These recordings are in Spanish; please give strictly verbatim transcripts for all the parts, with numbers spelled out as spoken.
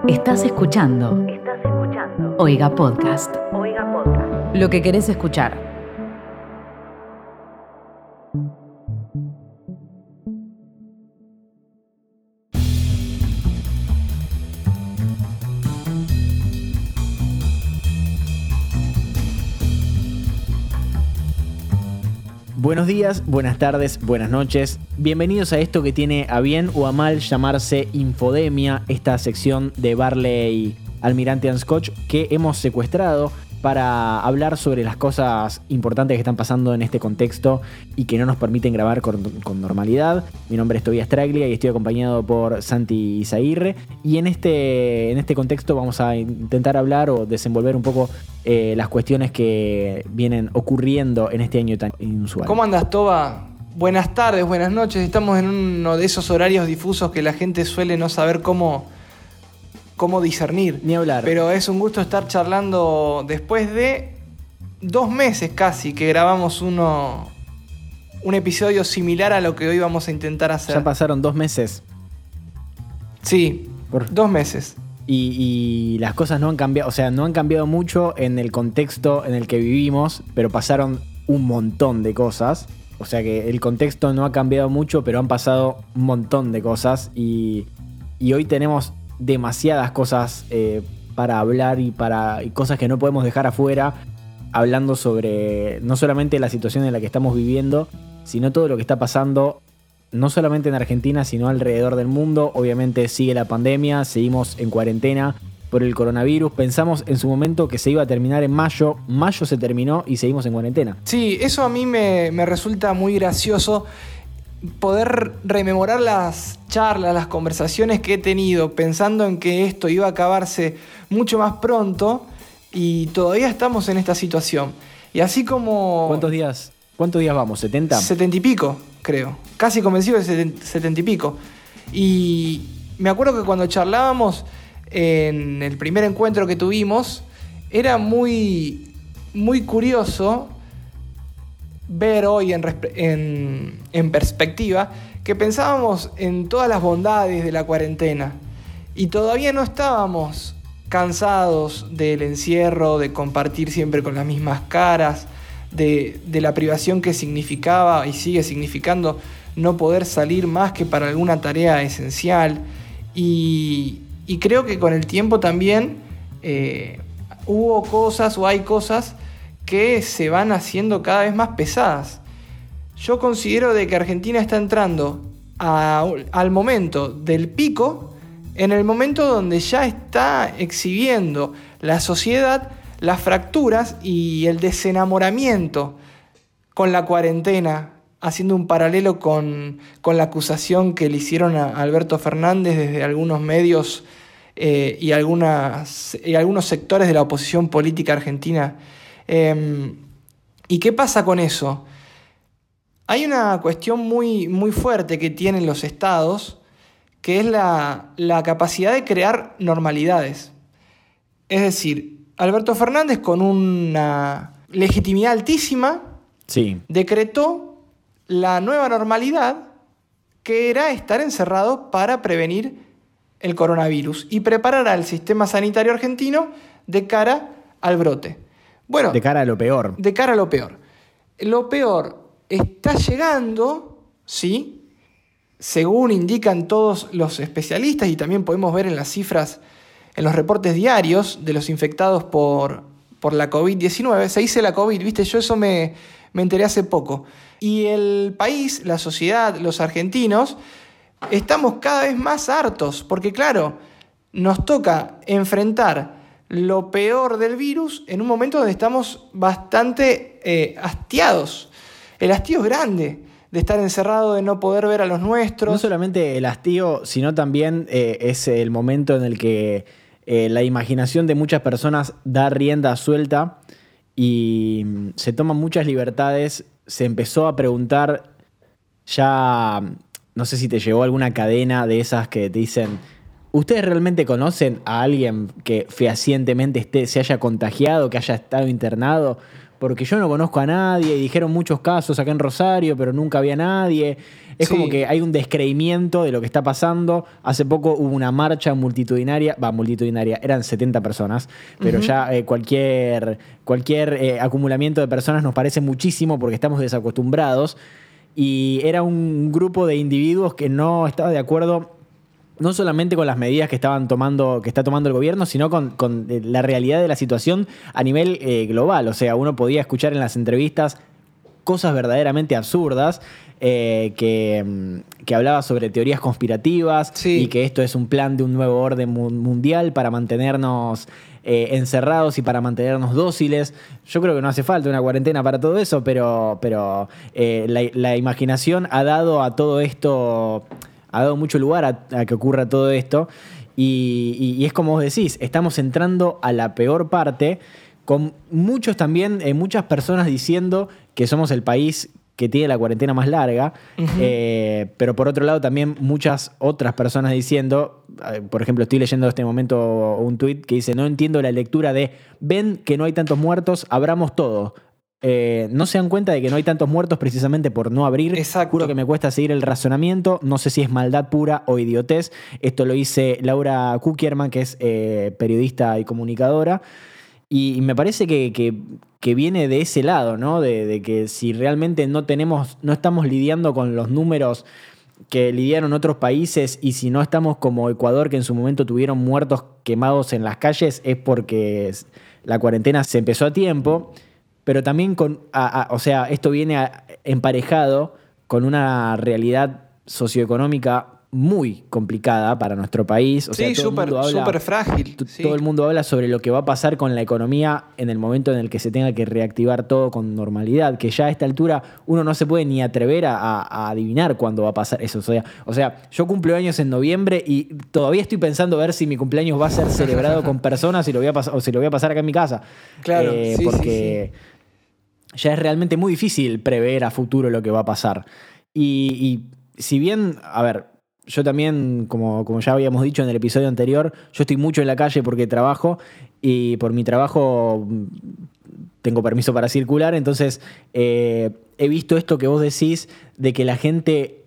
Estás escuchando. Estás escuchando. Oiga Podcast. Oiga Podcast. Lo que querés escuchar. Buenos días, buenas tardes, buenas noches. Bienvenidos a esto que tiene a bien o a mal llamarse Infodemia, esta sección de Barley, Almirante and Scotch que hemos secuestrado para hablar sobre las cosas importantes que están pasando en este contexto y que no nos permiten grabar con, con normalidad. Mi nombre es Tobias Traglia y estoy acompañado por Santi Izaguirre. Y en este, en este contexto vamos a intentar hablar o desenvolver un poco eh, las cuestiones que vienen ocurriendo en este año tan inusual. ¿Cómo andas, Toba? Buenas tardes, buenas noches. Estamos en uno de esos horarios difusos que la gente suele no saber cómo... cómo discernir. Ni hablar. Pero es un gusto estar charlando después de dos meses casi que grabamos uno un episodio similar a lo que hoy vamos a intentar hacer. Ya pasaron dos meses. Sí, Por... dos meses. Y, y las cosas no han cambiado, o sea, no han cambiado mucho en el contexto en el que vivimos, pero pasaron un montón de cosas. O sea que el contexto no ha cambiado mucho, pero han pasado un montón de cosas. Y, y hoy tenemos demasiadas cosas eh, para hablar y para y cosas que no podemos dejar afuera, hablando sobre no solamente la situación en la que estamos viviendo, sino todo lo que está pasando no solamente en Argentina, sino alrededor del mundo. Obviamente sigue la pandemia, seguimos en cuarentena por el coronavirus. Pensamos en su momento que se iba a terminar en mayo, mayo se terminó y seguimos en cuarentena. Sí, eso a mí me, me resulta muy gracioso, poder rememorar las charlas, las conversaciones que he tenido pensando en que esto iba a acabarse mucho más pronto y todavía estamos en esta situación. Y así como... ¿Cuántos días, cuántos días vamos? ¿setenta? Setenta y pico, creo. Casi convencido de setenta y pico. Y me acuerdo que cuando charlábamos en el primer encuentro que tuvimos, era muy, muy curioso ver hoy en, en, en perspectiva que pensábamos en todas las bondades de la cuarentena y todavía no estábamos cansados del encierro, de compartir siempre con las mismas caras, de, de la privación que significaba y sigue significando no poder salir más que para alguna tarea esencial. Y, y creo que con el tiempo también eh, hubo cosas o hay cosas que se van haciendo cada vez más pesadas. Yo considero de que Argentina está entrando a, al momento del pico, en el momento donde ya está exhibiendo la sociedad las fracturas y el desenamoramiento con la cuarentena, haciendo un paralelo con, con la acusación que le hicieron a Alberto Fernández desde algunos medios eh, y, algunas, y algunos sectores de la oposición política argentina. Eh, ¿Y qué pasa con eso? Hay una cuestión muy, muy fuerte que tienen los estados, que es la, la capacidad de crear normalidades. Es decir, Alberto Fernández, con una legitimidad altísima, sí, decretó la nueva normalidad, que era estar encerrado para prevenir el coronavirus y preparar al sistema sanitario argentino de cara al brote. Bueno, de cara a lo peor. De cara a lo peor. Lo peor está llegando, ¿sí? Según indican todos los especialistas y también podemos ver en las cifras, en los reportes diarios de los infectados por, por la covid diecinueve. Se dice la COVID, ¿viste? Yo eso me, me enteré hace poco. Y el país, la sociedad, los argentinos, estamos cada vez más hartos porque, claro, nos toca enfrentar lo peor del virus en un momento donde estamos bastante eh, hastiados. El hastío es grande de estar encerrado, de no poder ver a los nuestros. No solamente el hastío, sino también eh, es el momento en el que eh, la imaginación de muchas personas da rienda suelta y se toman muchas libertades. Se empezó a preguntar ya, no sé si te llegó alguna cadena de esas que te dicen... ¿Ustedes realmente conocen a alguien que fehacientemente esté, se haya contagiado, que haya estado internado? Porque yo no conozco a nadie, y dijeron muchos casos acá en Rosario, pero nunca había nadie. Es Sí. como que hay un descreimiento de lo que está pasando. Hace poco hubo una marcha multitudinaria, va, multitudinaria, eran setenta personas, pero Ujú. ya eh, cualquier, cualquier eh, acumulamiento de personas nos parece muchísimo porque estamos desacostumbrados. Y era un grupo de individuos que no estaba de acuerdo no solamente con las medidas que estaban tomando, que está tomando el gobierno, sino con, con la realidad de la situación a nivel eh, global. O sea, uno podía escuchar en las entrevistas cosas verdaderamente absurdas, eh, que, que hablaba sobre teorías conspirativas Sí. y que esto es un plan de un nuevo orden mu- mundial para mantenernos eh, encerrados y para mantenernos dóciles. Yo creo que no hace falta una cuarentena para todo eso, pero, pero eh, la, la imaginación ha dado a todo esto, ha dado mucho lugar a, a que ocurra todo esto. Y, y, y es como vos decís, estamos entrando a la peor parte, con muchos también, eh, muchas personas diciendo que somos el país que tiene la cuarentena más larga, Ujú. eh, pero por otro lado también muchas otras personas diciendo, eh, por ejemplo, estoy leyendo en este momento un tuit que dice, no entiendo la lectura de, ven que no hay tantos muertos, abramos todo. Eh, no se dan cuenta de que no hay tantos muertos precisamente por no abrir. Exacto. Juro que me cuesta seguir el razonamiento. No sé si es maldad pura o idiotez. Esto lo dice Laura Kukierman, que es eh, periodista y comunicadora. Y, y me parece que, que, que viene de ese lado, ¿no? De, de que si realmente no tenemos, no estamos lidiando con los números que lidiaron otros países, y si no estamos como Ecuador, que en su momento tuvieron muertos quemados en las calles, es porque la cuarentena se empezó a tiempo. Pero también con, a, a, o sea, esto viene a, emparejado con una realidad socioeconómica muy complicada para nuestro país. O sea, Sí, todo el súper mundo habla- súper frágil. T- Sí. Todo el mundo habla sobre lo que va a pasar con la economía en el momento en el que se tenga que reactivar todo con normalidad, que ya a esta altura uno no se puede ni atrever a, a- a adivinar cuándo va a pasar eso. O sea, o sea, yo cumplo años en noviembre y todavía estoy pensando ver si mi cumpleaños va a ser celebrado con personas y lo voy a pas- o si lo voy a pasar acá en mi casa. Claro, Eh, sí, sí, porque ya es realmente muy difícil prever a futuro lo que va a pasar. Y, y si bien, a ver, yo también, como, como ya habíamos dicho en el episodio anterior, yo estoy mucho en la calle porque trabajo, y por mi trabajo mm, tengo permiso para circular, entonces eh, he visto esto que vos decís de que la gente,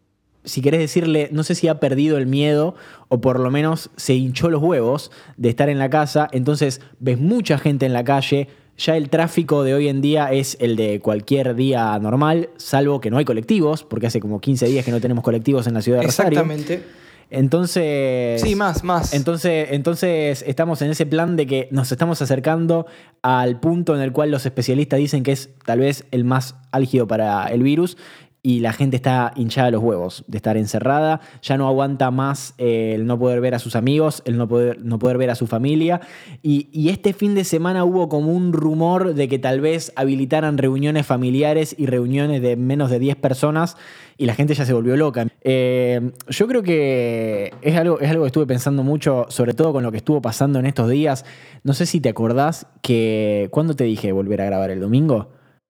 si querés decirle, no sé si ha perdido el miedo o por lo menos se hinchó los huevos de estar en la casa. Entonces ves mucha gente en la calle. Ya el tráfico de hoy en día es el de cualquier día normal, salvo que no hay colectivos, porque hace como quince días que no tenemos colectivos en la ciudad de Rosario. Exactamente. Entonces... Sí, más, más. Entonces, entonces estamos en ese plan de que nos estamos acercando al punto en el cual los especialistas dicen que es tal vez el más álgido para el virus, y la gente está hinchada a los huevos de estar encerrada, ya no aguanta más eh, el no poder ver a sus amigos, el no poder, no poder ver a su familia. Y, y este fin de semana hubo como un rumor de que tal vez habilitaran reuniones familiares y reuniones de menos de diez personas, y la gente ya se volvió loca. Eh, yo creo que es algo, es algo que estuve pensando mucho, sobre todo con lo que estuvo pasando en estos días. No sé si te acordás que... ¿Cuándo te dije volver a grabar? ¿El domingo?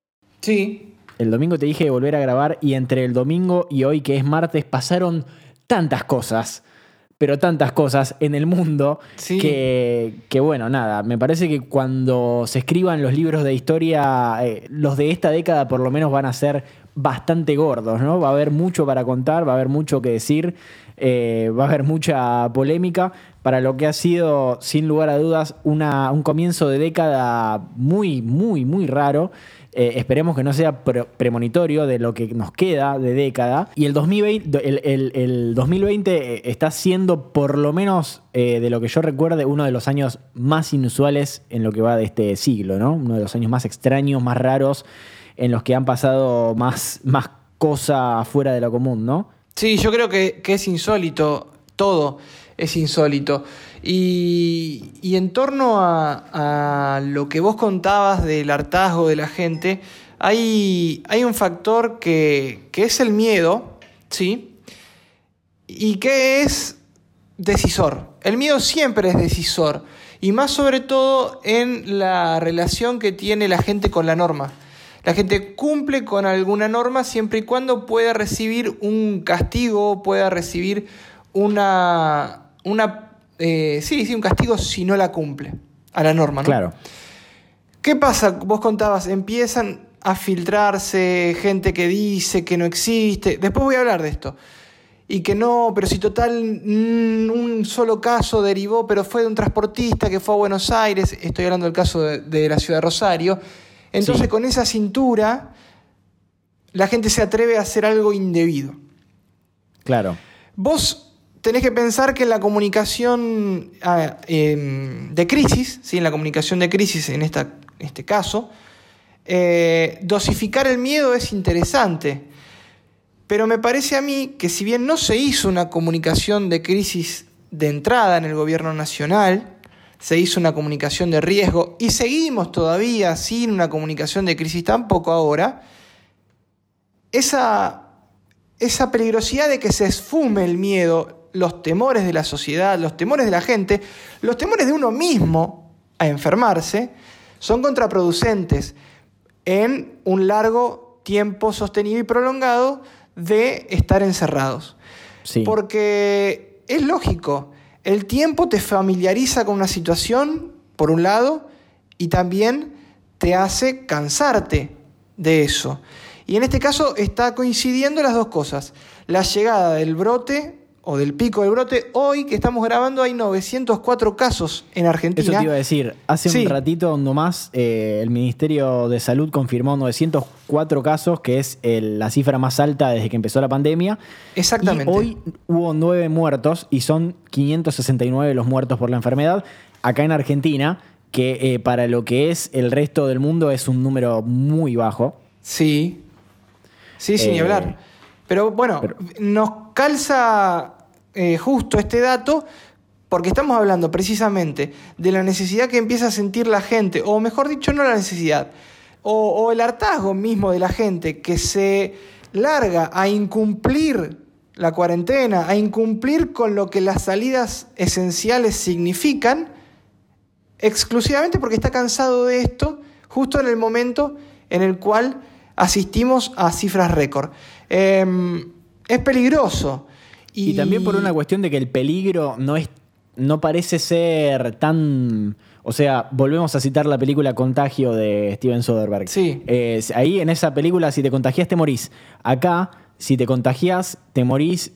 Sí. El domingo te dije de volver a grabar, y entre el domingo y hoy, que es martes, pasaron tantas cosas, pero tantas cosas en el mundo, Sí. que, que bueno, nada, me parece que cuando se escriban los libros de historia, eh, los de esta década por lo menos van a ser bastante gordos, ¿no? Va a haber mucho para contar, va a haber mucho que decir, eh, va a haber mucha polémica para lo que ha sido, sin lugar a dudas, una, un comienzo de década muy, muy, muy raro. Eh, esperemos que no sea pre- premonitorio de lo que nos queda de década. Y el dos mil veinte, el, el- el dos mil veinte está siendo, por lo menos eh, de lo que yo recuerde, uno de los años más inusuales en lo que va de este siglo, ¿no? Uno de los años más extraños, más raros, en los que han pasado más, más cosas fuera de lo común, ¿no? Sí, yo creo que, que es insólito, todo es insólito. Y, y en torno a, a lo que vos contabas del hartazgo de la gente, hay, hay un factor que, que es el miedo, ¿sí? Y que es decisor. El miedo siempre es decisor, y más sobre todo en la relación que tiene la gente con la norma. La gente cumple con alguna norma siempre y cuando pueda recibir un castigo, pueda recibir una, una, eh, sí, sí, un castigo si no la cumple a la norma, ¿no? Claro. ¿Qué pasa? Vos contabas, empiezan a filtrarse gente que dice que no existe. Después voy a hablar de esto. Y que no, pero si total mmm, un solo caso derivó, pero fue de un transportista que fue a Buenos Aires. Estoy hablando del caso de, de la ciudad de Rosario. Entonces, sí, con esa cintura, la gente se atreve a hacer algo indebido. Claro. Vos tenés que pensar que en la comunicación ah, eh, de crisis, ¿sí? En la comunicación de crisis, en esta, este caso, eh, dosificar el miedo es interesante. Pero me parece a mí que si bien no se hizo una comunicación de crisis de entrada en el gobierno nacional, se hizo una comunicación de riesgo y seguimos todavía sin una comunicación de crisis tampoco ahora, esa, esa peligrosidad de que se esfume el miedo, los temores de la sociedad, los temores de la gente, los temores de uno mismo a enfermarse, son contraproducentes en un largo tiempo sostenido y prolongado de estar encerrados. Sí. Porque es lógico, el tiempo te familiariza con una situación, por un lado, y también te hace cansarte de eso. Y en este caso está coincidiendo las dos cosas. La llegada del brote, o del pico del brote, hoy que estamos grabando hay novecientos cuatro casos en Argentina. Eso te iba a decir, hace sí. un ratito nomás eh, el Ministerio de Salud confirmó novecientos cuatro casos, que es el, la cifra más alta desde que empezó la pandemia. Exactamente. Y hoy hubo nueve muertos y son quinientos sesenta y nueve los muertos por la enfermedad acá en Argentina, que eh, para lo que es el resto del mundo es un número muy bajo. Sí, sí, sin eh, ni hablar. Pero bueno, pero... nos calza eh, justo este dato porque estamos hablando precisamente de la necesidad que empieza a sentir la gente, o mejor dicho, no la necesidad, o, o el hartazgo mismo de la gente que se larga a incumplir la cuarentena, a incumplir con lo que las salidas esenciales significan, exclusivamente porque está cansado de esto, justo en el momento en el cual asistimos a cifras récord. Eh, es peligroso. Y... y también por una cuestión de que el peligro no es, no parece ser tan... O sea, volvemos a citar la película Contagio de Steven Soderbergh. Sí. Eh, ahí en esa película, si te contagias, te morís. Acá, si te contagias, te morís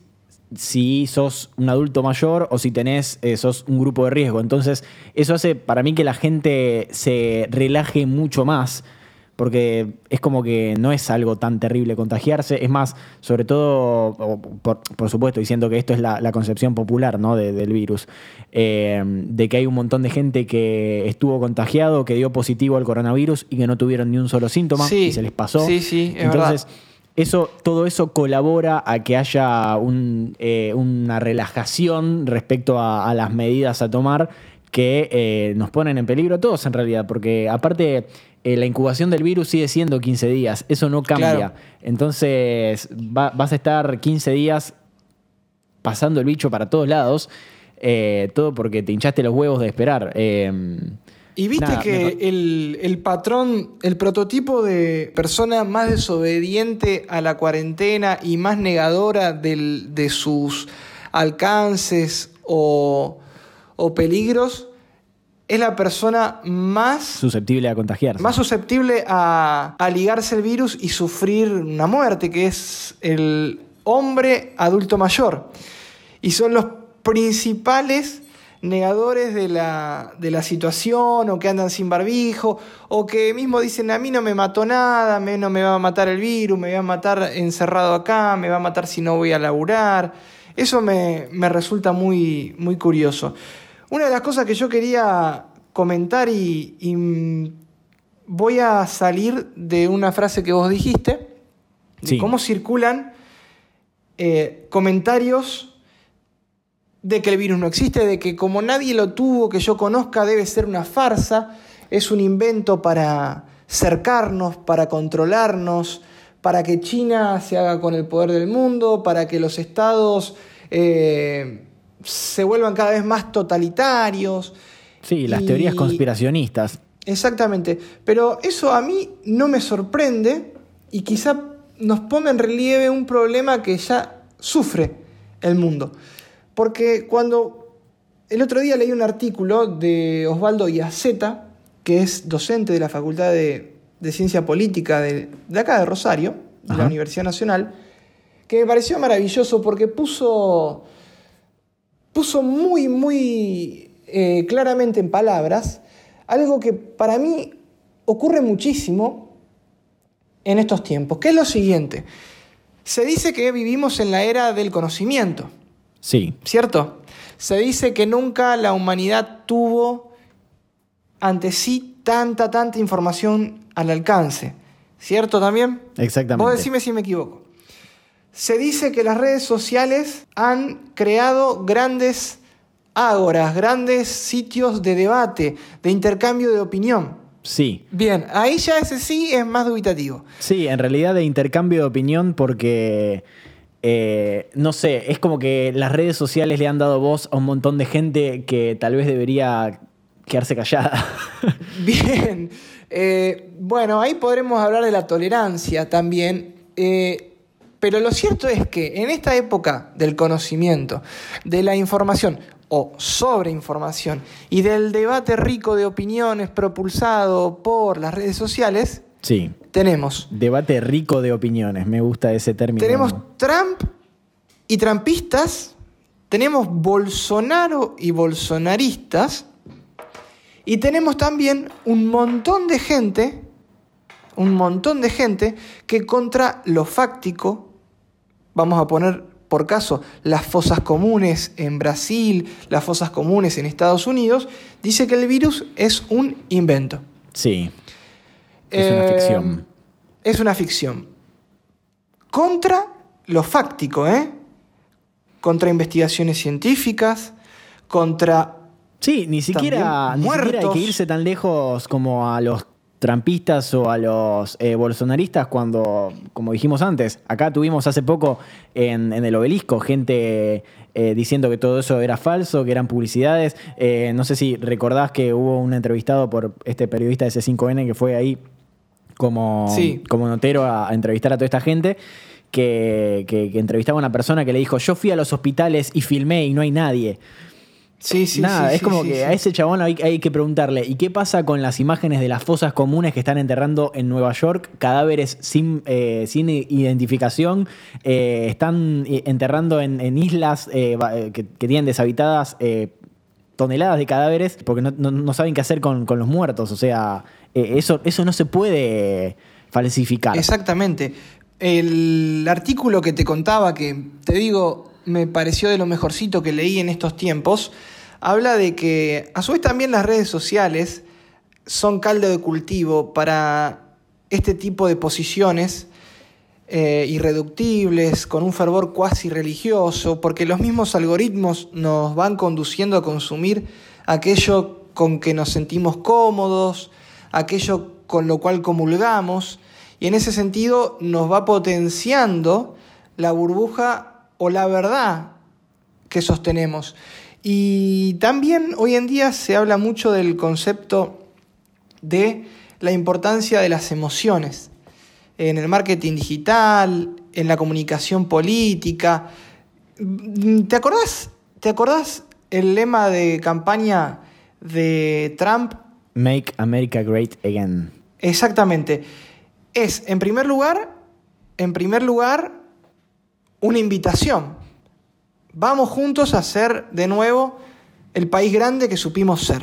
si sos un adulto mayor o si tenés, eh, sos un grupo de riesgo. Entonces, eso hace para mí que la gente se relaje mucho más, porque es como que no es algo tan terrible contagiarse. Es más, sobre todo, por, por supuesto, diciendo que esto es la, la concepción popular, ¿no? de, del virus, eh, de que hay un montón de gente que estuvo contagiado, que dio positivo al coronavirus y que no tuvieron ni un solo síntoma, sí, y se les pasó. Sí, sí, es Entonces, verdad. Eso, todo eso colabora a que haya un, eh, una relajación respecto a, a las medidas a tomar que eh, nos ponen en peligro a todos en realidad, porque aparte eh, la incubación del virus sigue siendo quince días, eso no cambia. Claro. Entonces va, vas a estar quince días pasando el bicho para todos lados, eh, todo porque te hinchaste los huevos de esperar. Eh, Y viste nada, que me... el, el patrón, el prototipo de persona más desobediente a la cuarentena y más negadora del, de sus alcances o, o peligros es la persona más susceptible a contagiarse. Más susceptible a, a ligarse el virus y sufrir una muerte, que es el hombre adulto mayor. Y son los principales negadores de la, de la situación, o que andan sin barbijo, o que mismo dicen: a mí no me mató nada, me, no me va a matar el virus, me va a matar encerrado acá, me va a matar si no voy a laburar. Eso me, me resulta muy, muy curioso. Una de las cosas que yo quería comentar, y, y voy a salir de una frase que vos dijiste, sí, de cómo circulan eh, comentarios de que el virus no existe, de que como nadie lo tuvo, que yo conozca, debe ser una farsa, es un invento para cercarnos, para controlarnos, para que China se haga con el poder del mundo, para que los estados eh, se vuelvan cada vez más totalitarios. Sí, las y... teorías conspiracionistas. Exactamente, pero eso a mí no me sorprende y quizá nos ponga en relieve un problema que ya sufre el mundo. Porque cuando el otro día leí un artículo de Osvaldo Iaceta, que es docente de la Facultad de, de Ciencia Política de, de acá de Rosario, de Ajá. la Universidad Nacional, que me pareció maravilloso porque puso, puso muy, muy eh, claramente en palabras algo que para mí ocurre muchísimo en estos tiempos, que es lo siguiente. Se dice que vivimos en la era del conocimiento, Sí. ¿cierto? Se dice que nunca la humanidad tuvo ante sí tanta, tanta información al alcance, ¿cierto también? Exactamente. Vos decime si me equivoco. Se dice que las redes sociales han creado grandes ágoras, grandes sitios de debate, de intercambio de opinión. Sí. Bien, ahí ya ese sí es más dubitativo. Sí, en realidad de intercambio de opinión porque, eh, no sé, es como que las redes sociales le han dado voz a un montón de gente que tal vez debería quedarse callada. Bien, eh, bueno, ahí podremos hablar de la tolerancia también, eh, pero lo cierto es que en esta época del conocimiento, de la información o sobreinformación y del debate rico de opiniones propulsado por las redes sociales, Sí. tenemos, Debate rico de opiniones, me gusta ese término. tenemos Trump y trampistas, tenemos Bolsonaro y bolsonaristas, y tenemos también un montón de gente, un montón de gente que contra lo fáctico, vamos a poner por caso las fosas comunes en Brasil, las fosas comunes en Estados Unidos, dice que el virus es un invento. Sí. Es una Eh, ficción. Es una ficción. Contra lo fáctico, ¿eh? Contra investigaciones científicas, contra... Sí, ni siquiera, También ni siquiera hay muertos. que irse tan lejos como a los trampistas o a los eh, bolsonaristas cuando, como dijimos antes, acá tuvimos hace poco en, en el Obelisco gente eh, diciendo que todo eso era falso, que eran publicidades. Eh, no sé si recordás que hubo un entrevistado por este periodista de C cinco N que fue ahí como, Sí. como notero a, a entrevistar a toda esta gente. Que, que, que entrevistaba a una persona que le dijo: yo fui a los hospitales y filmé y no hay nadie. Sí, sí, Nada, sí, es sí, como sí, que sí. a ese chabón hay, hay que preguntarle: ¿y qué pasa con las imágenes de las fosas comunes que están enterrando en Nueva York? Cadáveres sin, eh, sin identificación, eh, están enterrando en, en islas eh, que, que tienen deshabitadas eh, toneladas de cadáveres porque no, no, no saben qué hacer con, con los muertos. O sea, eh, eso, eso no se puede falsificar. Exactamente. El artículo que te contaba, que te digo, me pareció de lo mejorcito que leí en estos tiempos, habla de que a su vez también las redes sociales son caldo de cultivo para este tipo de posiciones eh, irreductibles, con un fervor cuasi religioso, porque los mismos algoritmos nos van conduciendo a consumir aquello con que nos sentimos cómodos, aquello con lo cual comulgamos, y en ese sentido nos va potenciando la burbuja o la verdad que sostenemos. Y también hoy en día se habla mucho del concepto de la importancia de las emociones en el marketing digital, en la comunicación política. ¿Te acordás, te acordás el lema de campaña de Trump? Make America Great Again. Exactamente. Es, en primer lugar, en primer lugar, una invitación. Vamos juntos a ser de nuevo el país grande que supimos ser.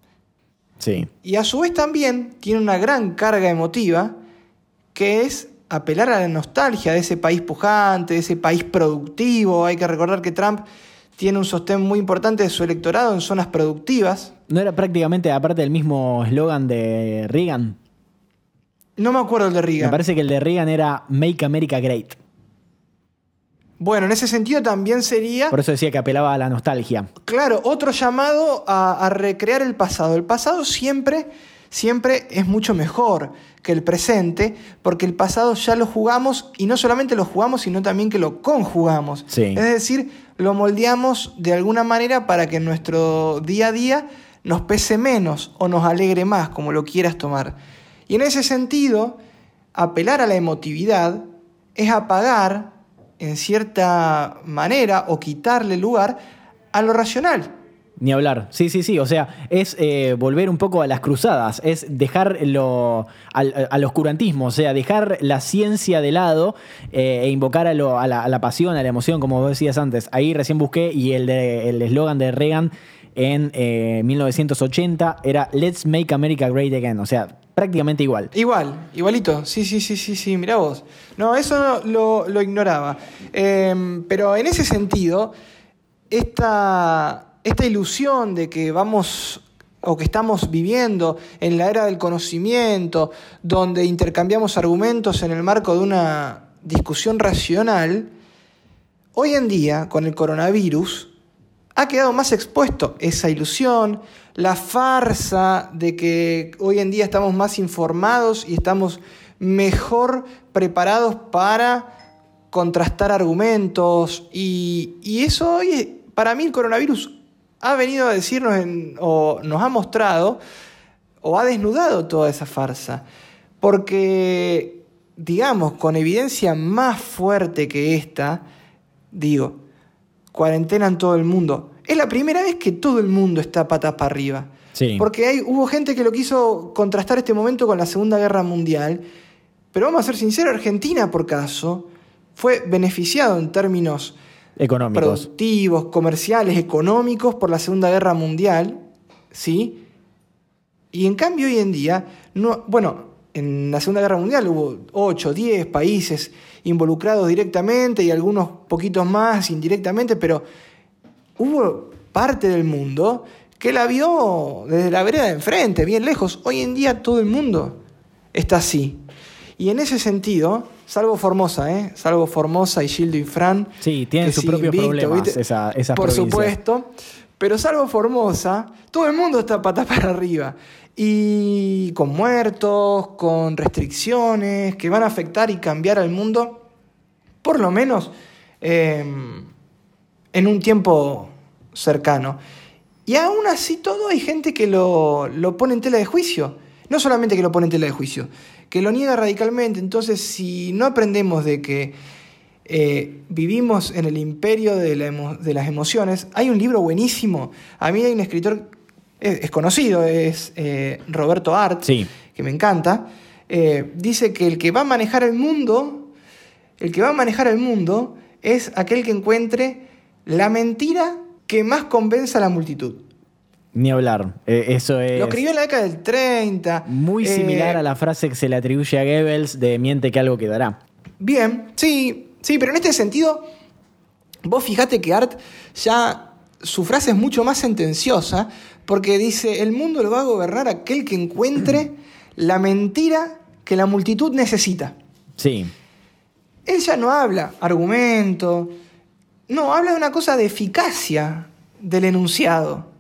Sí. Y a su vez también tiene una gran carga emotiva, que es apelar a la nostalgia de ese país pujante, de ese país productivo. Hay que recordar que Trump tiene un sostén muy importante de su electorado en zonas productivas. ¿No era prácticamente aparte del mismo eslogan de Reagan? No me acuerdo el de Me Reagan. parece que el de Reagan era Make America Great. Bueno, en ese sentido también sería, Por eso decía que apelaba a la nostalgia. claro, otro llamado a, a recrear el pasado. El pasado siempre, siempre es mucho mejor que el presente, porque el pasado ya lo jugamos, y no solamente lo jugamos, sino también que lo conjugamos. Sí. Es decir, lo moldeamos de alguna manera para que en nuestro día a día nos pese menos o nos alegre más, como lo quieras tomar. Y en ese sentido, apelar a la emotividad es apagar, en cierta manera, o quitarle lugar a lo racional. Ni hablar. Sí, sí, sí. O sea, es eh, volver un poco a las cruzadas, es dejar lo, al, al oscurantismo, o sea, dejar la ciencia de lado eh, e invocar a, lo, a, la, a la pasión, a la emoción, como vos decías antes. Ahí recién busqué y el de, el eslogan de Reagan en eh, mil novecientos ochenta era Let's Make America Great Again. O sea, prácticamente igual. Igual, igualito. Sí, sí, sí, sí, sí. Mirá vos. No, eso lo, lo ignoraba. Eh, pero en ese sentido, esta... Esta ilusión de que vamos o que estamos viviendo en la era del conocimiento, donde intercambiamos argumentos en el marco de una discusión racional, hoy en día, con el coronavirus, ha quedado más expuesto esa ilusión, la farsa de que hoy en día estamos más informados y estamos mejor preparados para contrastar argumentos. Y, y eso hoy, para mí, el coronavirus ha venido a decirnos en, o nos ha mostrado o ha desnudado toda esa farsa. Porque, digamos, con evidencia más fuerte que esta, digo, cuarentena en todo el mundo. Es la primera vez que todo el mundo está patas para arriba. Sí. Porque hay, hubo gente que lo quiso contrastar este momento con la Segunda Guerra Mundial. Pero vamos a ser sinceros, Argentina, por caso, fue beneficiado en términos económicos, productivos, comerciales, económicos por la Segunda Guerra Mundial, ¿sí? Y en cambio hoy en día, no, bueno, en la Segunda Guerra Mundial hubo ocho, diez países involucrados directamente y algunos poquitos más indirectamente, pero hubo parte del mundo que la vio desde la vereda de enfrente, bien lejos. Hoy en día todo el mundo está así. Y en ese sentido, salvo Formosa, ¿eh? Salvo Formosa y Gildo y Fran. Sí, tienen sus propios invicto, problemas esa, esas por provincias. supuesto. Pero salvo Formosa, todo el mundo está patas para arriba. Y con muertos, con restricciones que van a afectar y cambiar al mundo, por lo menos eh, en un tiempo cercano. Y aún así todo hay gente que lo, lo pone en tela de juicio. No solamente que lo pone en tela de juicio, que lo niega radicalmente. Entonces, si no aprendemos de que eh, vivimos en el imperio de, la emo- de las emociones, hay un libro buenísimo. A mí hay un escritor, es, es conocido, es eh, Roberto Art, sí, que me encanta. Eh, dice que el que va a manejar el mundo, el que va a manejar el mundo es aquel que encuentre la mentira que más convenza a la multitud. Ni hablar. Eh, eso es... Lo escribió en la década del treinta. Muy similar eh, a la frase que se le atribuye a Goebbels de miente que algo quedará. Bien, sí, sí, pero en este sentido, vos fijate que Art ya, su frase es mucho más sentenciosa, porque dice, el mundo lo va a gobernar aquel que encuentre la mentira que la multitud necesita. Sí. Él ya no habla argumento, no, habla de una cosa de eficacia del enunciado.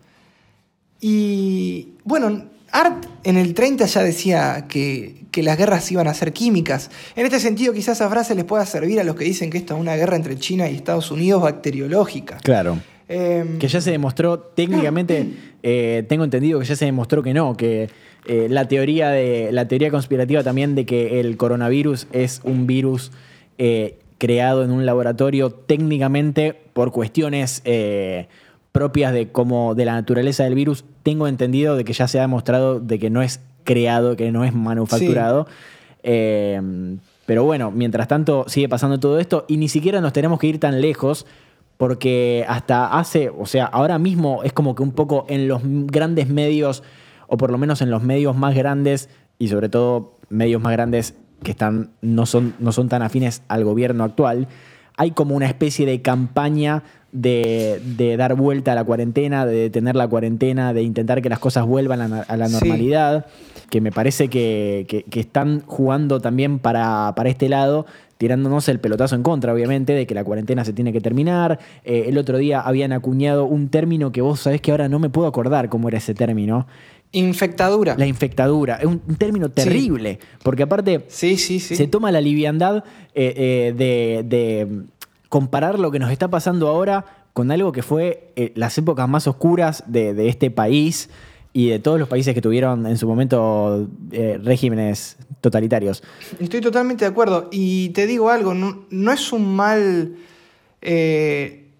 Y bueno, Art en el treinta ya decía que, que las guerras iban a ser químicas. En este sentido, quizás esa frase les pueda servir a los que dicen que esta es una guerra entre China y Estados Unidos bacteriológica. Claro. Eh, que ya se demostró, técnicamente, eh, tengo entendido que ya se demostró que no, que eh, la teoría de la teoría conspirativa también de que el coronavirus es un virus eh, creado en un laboratorio técnicamente por cuestiones eh, propias de como de la naturaleza del virus, tengo entendido de que ya se ha demostrado de que no es creado, que no es manufacturado. Sí. Eh, pero bueno, mientras tanto sigue pasando todo esto y ni siquiera nos tenemos que ir tan lejos porque hasta hace, o sea, ahora mismo es como que un poco en los grandes medios, o por lo menos en los medios más grandes y sobre todo medios más grandes que están, no son, no son tan afines al gobierno actual, hay como una especie de campaña de, de dar vuelta a la cuarentena, de detener la cuarentena, de intentar que las cosas vuelvan a, a la normalidad, sí. que me parece que, que, que están jugando también para, para este lado, tirándonos el pelotazo en contra, obviamente, de que la cuarentena se tiene que terminar. Eh, el otro día habían acuñado un término que vos sabés que ahora no me puedo acordar cómo era ese término. Infectadura. La infectadura. Es un, un término terrible, sí. porque aparte sí, sí, sí. se toma la liviandad eh, eh, de, de comparar lo que nos está pasando ahora con algo que fue eh, las épocas más oscuras de, de este país y de todos los países que tuvieron en su momento eh, regímenes totalitarios. Estoy totalmente de acuerdo. Y te digo algo, no, no es un mal... Eh,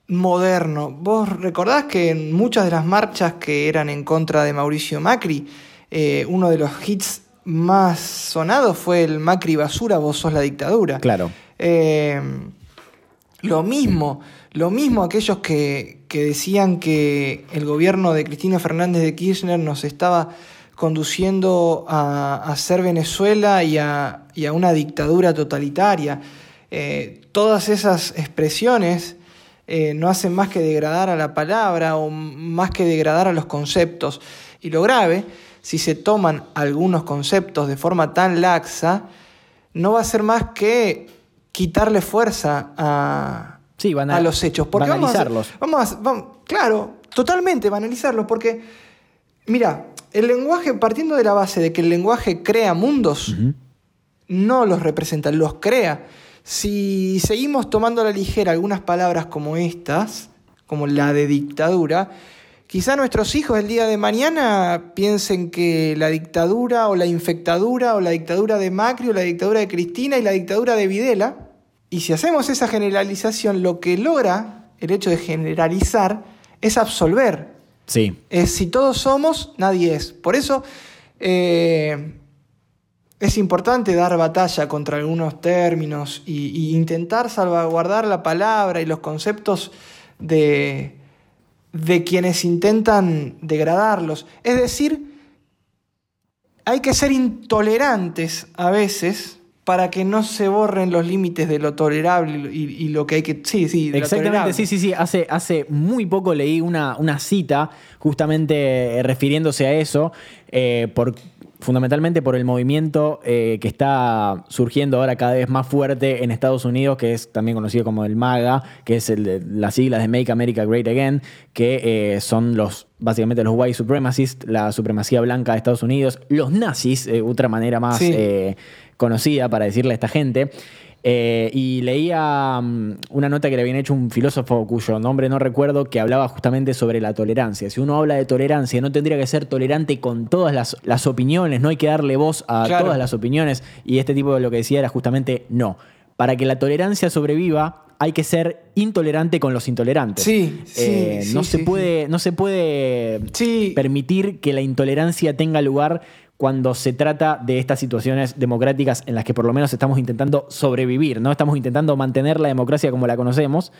moderno. ¿Vos recordás que en muchas de las marchas que eran en contra de Mauricio Macri, eh, uno de los hits más sonados fue el Macri basura, vos sos la dictadura? Claro. Eh, lo mismo, lo mismo aquellos que, que decían que el gobierno de Cristina Fernández de Kirchner nos estaba conduciendo a, a ser Venezuela y a, y a una dictadura totalitaria. Eh, todas esas expresiones eh, no hacen más que degradar a la palabra o más que degradar a los conceptos. Y lo grave, si se toman algunos conceptos de forma tan laxa, no va a ser más que quitarle fuerza a, sí, van a, a los hechos. Porque banalizarlos. Vamos a, vamos a, vamos, claro, totalmente banalizarlos, porque, mira, el lenguaje, partiendo de la base de que el lenguaje crea mundos, uh-huh. no los representa, los crea. Si seguimos tomando a la ligera algunas palabras como estas, como la de dictadura, quizá nuestros hijos el día de mañana piensen que la dictadura o la infectadura o la dictadura de Macri o la dictadura de Cristina y la dictadura de Videla. Y si hacemos esa generalización, lo que logra el hecho de generalizar es absolver. Sí. Es si todos somos, nadie es. Por eso eh, es importante dar batalla contra algunos términos y, y intentar salvaguardar la palabra y los conceptos de, de quienes intentan degradarlos. Es decir, hay que ser intolerantes a veces para que no se borren los límites de lo tolerable y, y lo que hay que... Sí, sí, de exactamente, sí, sí, sí. Hace, hace muy poco leí una, una cita justamente refiriéndose a eso, eh, por, fundamentalmente por el movimiento eh, que está surgiendo ahora cada vez más fuerte en Estados Unidos, que es también conocido como el MAGA, que es el de, las siglas de Make America Great Again, que eh, son los básicamente los white supremacists, la supremacía blanca de Estados Unidos, los nazis, eh, otra manera más... Sí. Eh, conocida para decirle a esta gente, eh, y leía um, una nota que le habían hecho un filósofo cuyo nombre no recuerdo, que hablaba justamente sobre la tolerancia. Si uno habla de tolerancia, no tendría que ser tolerante con todas las, las opiniones, no hay que darle voz a claro. todas las opiniones, y este tipo de lo que decía era justamente no. Para que la tolerancia sobreviva, hay que ser intolerante con los intolerantes. Sí, eh, sí, no, sí, se sí, puede, sí. no se puede sí. permitir que la intolerancia tenga lugar cuando se trata de estas situaciones democráticas en las que por lo menos estamos intentando sobrevivir, ¿no? Estamos intentando mantener la democracia como la conocemos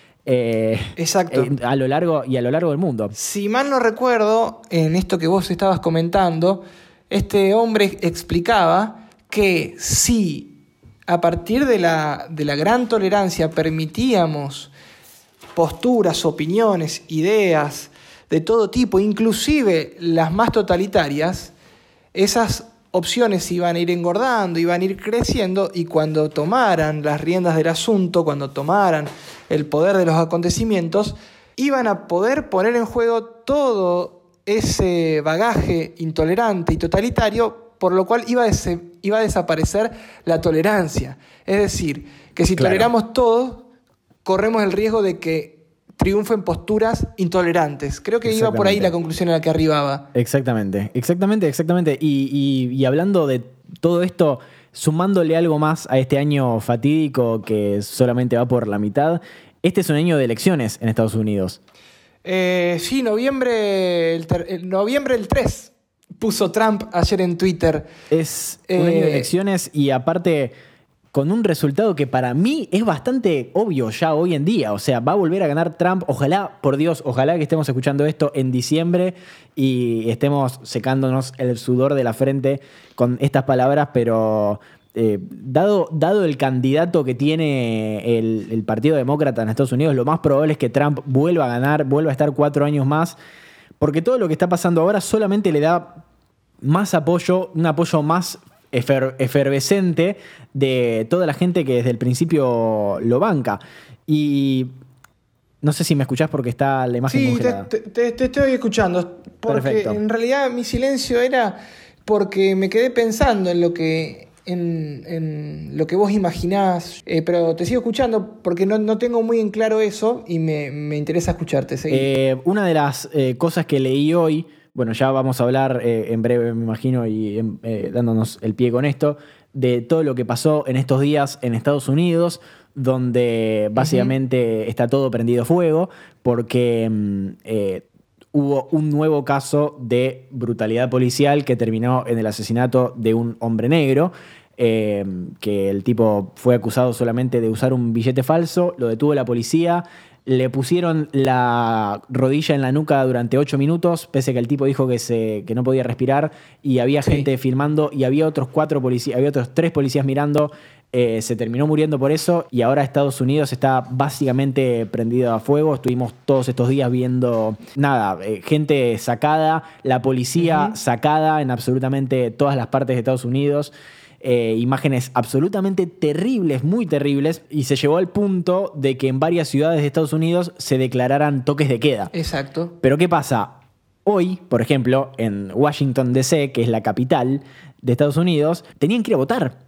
eh, Exacto. Eh, a lo largo y a lo largo del mundo. Si mal no recuerdo, en esto que vos estabas comentando, este hombre explicaba que si a partir de la, de la gran tolerancia permitíamos posturas, opiniones, ideas de todo tipo, inclusive las más totalitarias, esas opciones iban a ir engordando, iban a ir creciendo, y cuando tomaran las riendas del asunto, cuando tomaran el poder de los acontecimientos, iban a poder poner en juego todo ese bagaje intolerante y totalitario, por lo cual iba a, des- iba a desaparecer la tolerancia. Es decir, que si claro. toleramos todo, corremos el riesgo de que triunfen posturas intolerantes. Creo que iba por ahí la conclusión a la que arribaba. Exactamente, exactamente, exactamente. Y, y, y hablando de todo esto, sumándole algo más a este año fatídico que solamente va por la mitad, este es un año de elecciones en Estados Unidos. Eh, sí, noviembre el, ter- el noviembre el tres puso Trump ayer en Twitter. Es un eh, año de elecciones y aparte con un resultado que para mí es bastante obvio ya hoy en día. O sea, va a volver a ganar Trump. Ojalá, por Dios, ojalá que estemos escuchando esto en diciembre y estemos secándonos el sudor de la frente con estas palabras, pero eh, dado, dado el candidato que tiene el, el Partido Demócrata en Estados Unidos, lo más probable es que Trump vuelva a ganar, vuelva a estar cuatro años más, porque todo lo que está pasando ahora solamente le da más apoyo, un apoyo más Efer- efervescente de toda la gente que desde el principio lo banca. Y no sé si me escuchás porque está la imagen sí, congelada. Sí, te, te, te estoy escuchando. Porque Perfecto. En realidad mi silencio era porque me quedé pensando en lo que, en, en lo que vos imaginás. Eh, pero te sigo escuchando porque no, no tengo muy en claro eso y me, me interesa escucharte. Eh, una de las eh, cosas que leí hoy, bueno, ya vamos a hablar eh, en breve, me imagino, y eh, dándonos el pie con esto, de todo lo que pasó en estos días en Estados Unidos, donde básicamente uh-huh. está todo prendido fuego, porque eh, hubo un nuevo caso de brutalidad policial que terminó en el asesinato de un hombre negro. Eh, que el tipo fue acusado solamente de usar un billete falso, lo detuvo la policía, le pusieron la rodilla en la nuca durante ocho minutos, pese a que el tipo dijo que, se, que no podía respirar, y había sí. gente filmando, y había otros cuatro policías, había otros tres policías mirando. Eh, se terminó muriendo por eso, y ahora Estados Unidos está básicamente prendido a fuego. Estuvimos todos estos días viendo, nada, eh, gente sacada, la policía uh-huh. sacada en absolutamente todas las partes de Estados Unidos. Eh, imágenes absolutamente terribles, muy terribles, y se llegó al punto de que en varias ciudades de Estados Unidos se declararan toques de queda. Exacto. Pero ¿qué pasa? Hoy, por ejemplo, en Washington, D C, que es la capital de Estados Unidos, tenían que ir a votar.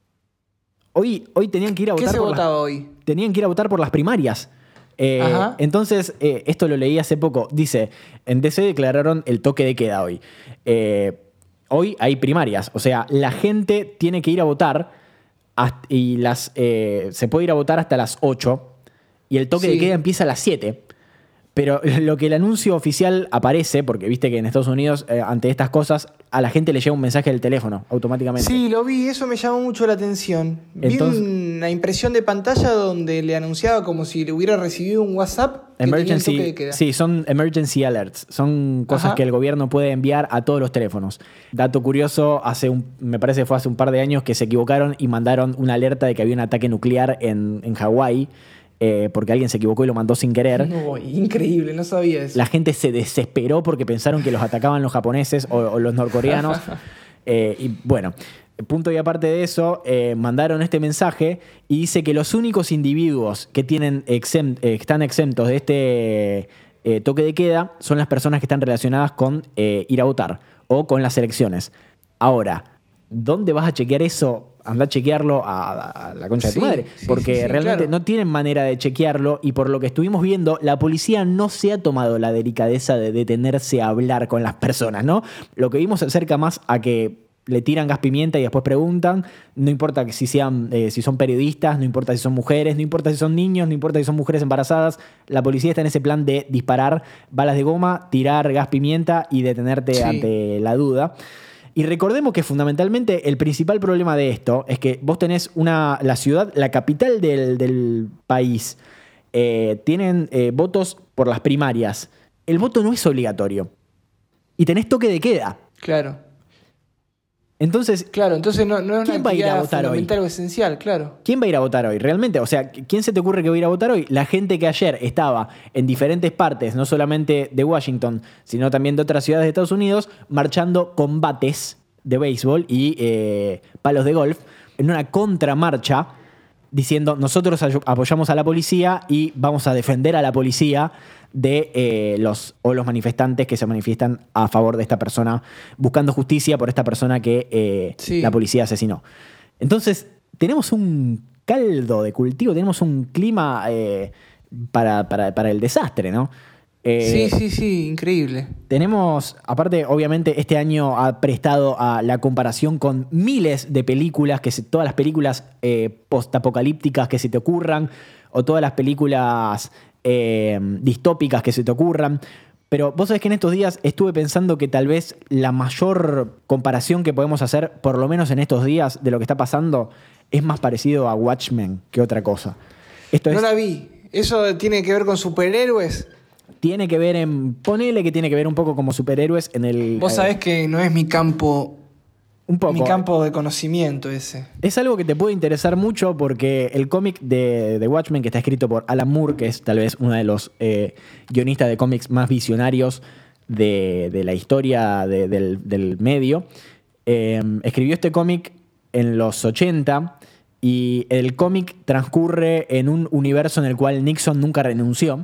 Hoy, hoy tenían que ir a votar. ¿Qué se por votaba las, hoy? Tenían que ir a votar por las primarias. Eh, entonces, eh, esto lo leí hace poco. Dice, en D C declararon el toque de queda hoy. Eh, Hoy hay primarias, o sea, la gente tiene que ir a votar hasta, y las, eh, se puede ir a votar hasta las ocho y el toque sí. de queda empieza a las siete. Pero lo que el anuncio oficial aparece, porque viste que en Estados Unidos, eh, ante estas cosas, a la gente le llega un mensaje del teléfono automáticamente. Sí, lo vi, eso me llamó mucho la atención. Entonces, vi una impresión de pantalla donde le anunciaba como si le hubiera recibido un WhatsApp que emergency, tenía el toque de queda. Sí, son emergency alerts. Son cosas Ajá. que el gobierno puede enviar a todos los teléfonos. Dato curioso, hace un, me parece que fue hace un par de años que se equivocaron y mandaron una alerta de que había un ataque nuclear en, en Hawái. Eh, porque alguien se equivocó y lo mandó sin querer. No, increíble, no sabía eso. La gente se desesperó porque pensaron que los atacaban los japoneses o, o los norcoreanos. eh, y bueno, punto y aparte de eso, eh, mandaron este mensaje y dice que los únicos individuos que tienen exem- eh, están exentos de este eh, toque de queda son las personas que están relacionadas con eh, ir a votar o con las elecciones. Ahora, ¿dónde vas a chequear eso? Anda a chequearlo a, a la concha sí, de tu madre. Sí, porque sí, sí, realmente claro. no tienen manera de chequearlo, y por lo que estuvimos viendo, la policía no se ha tomado la delicadeza de detenerse a hablar con las personas, ¿no? Lo que vimos se acerca más a que le tiran gas pimienta y después preguntan. No importa si, sean, eh, si son periodistas, no importa si son mujeres, no importa si son niños, no importa si son mujeres embarazadas. La policía está en ese plan de disparar balas de goma, tirar gas pimienta y detenerte sí. ante la duda. Y recordemos que fundamentalmente el principal problema de esto es que vos tenés una, la ciudad, la capital del, del país, eh, tienen eh, votos por las primarias. El voto no es obligatorio. Y tenés toque de queda. Claro. Entonces, claro, entonces no, no es ¿quién una va a ir a votar fundamental hoy? O esencial, claro. ¿Quién va a ir a votar hoy? Realmente, o sea, ¿quién se te ocurre que va a ir a votar hoy? La gente que ayer estaba en diferentes partes, no solamente de Washington, sino también de otras ciudades de Estados Unidos, marchando con bates de béisbol y eh, palos de golf, en una contramarcha, diciendo, nosotros apoyamos a la policía y vamos a defender a la policía de eh, los, o los manifestantes que se manifiestan a favor de esta persona, buscando justicia por esta persona que eh, sí. la policía asesinó. Entonces, tenemos un caldo de cultivo, tenemos un clima eh, para, para, para el desastre, ¿no? Eh, sí, sí, sí, increíble. Tenemos, aparte, obviamente, este año ha prestado a la comparación con miles de películas, que se, todas las películas eh, postapocalípticas que se te ocurran, o todas las películas eh, distópicas que se te ocurran. Pero vos sabés que en estos días estuve pensando que tal vez la mayor comparación que podemos hacer, por lo menos en estos días, de lo que está pasando, es más parecido a Watchmen que otra cosa. Esto no es, la vi. ¿Eso tiene que ver con superhéroes? Tiene que ver en... Ponele que tiene que ver un poco como superhéroes en el... Vos sabés que no es mi campo... Un poco. Mi campo de conocimiento ese. Es algo que te puede interesar mucho porque el cómic de, de Watchmen, que está escrito por Alan Moore, que es tal vez uno de los eh, guionistas de cómics más visionarios de, de la historia de, del, del medio, eh, escribió este cómic en los ochenta y el cómic transcurre en un universo en el cual Nixon nunca renunció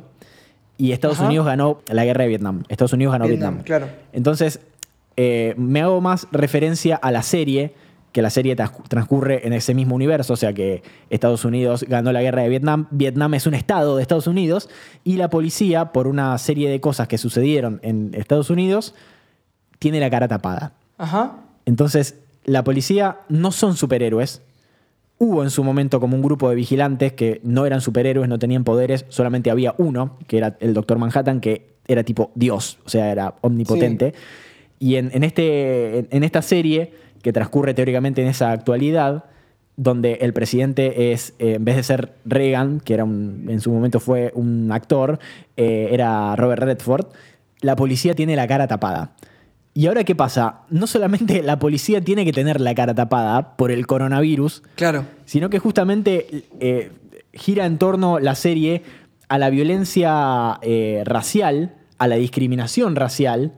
y Estados Ajá. Unidos ganó la guerra de Vietnam. Estados Unidos ganó Vietnam. Vietnam. Claro. Entonces... Eh, me hago más referencia a la serie, que la serie transcurre en ese mismo universo, o sea que Estados Unidos ganó la guerra de Vietnam, Vietnam es un estado de Estados Unidos, y la policía, por una serie de cosas que sucedieron en Estados Unidos, tiene la cara tapada. Ajá. Entonces, la policía no son superhéroes. Hubo en su momento como un grupo de vigilantes que no eran superhéroes, no tenían poderes, solamente había uno, que era el Doctor Manhattan, que era tipo Dios, o sea, era omnipotente. Sí. Y en, en, este, en, en esta serie, que transcurre teóricamente en esa actualidad, donde el presidente es, eh, en vez de ser Reagan, que era un, en su momento fue un actor, eh, era Robert Redford, la policía tiene la cara tapada. ¿Y ahora qué pasa? No solamente la policía tiene que tener la cara tapada por el coronavirus, claro, sino que justamente eh, gira en torno la serie a la violencia eh, racial, a la discriminación racial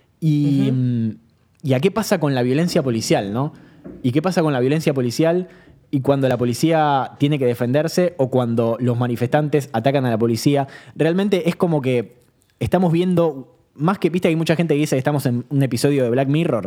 y, uh-huh. y a qué pasa con la violencia policial, ¿no? ¿Y qué pasa con la violencia policial y cuando la policía tiene que defenderse o cuando los manifestantes atacan a la policía? Realmente es como que estamos viendo... Más que, viste, hay mucha gente que dice que estamos en un episodio de Black Mirror.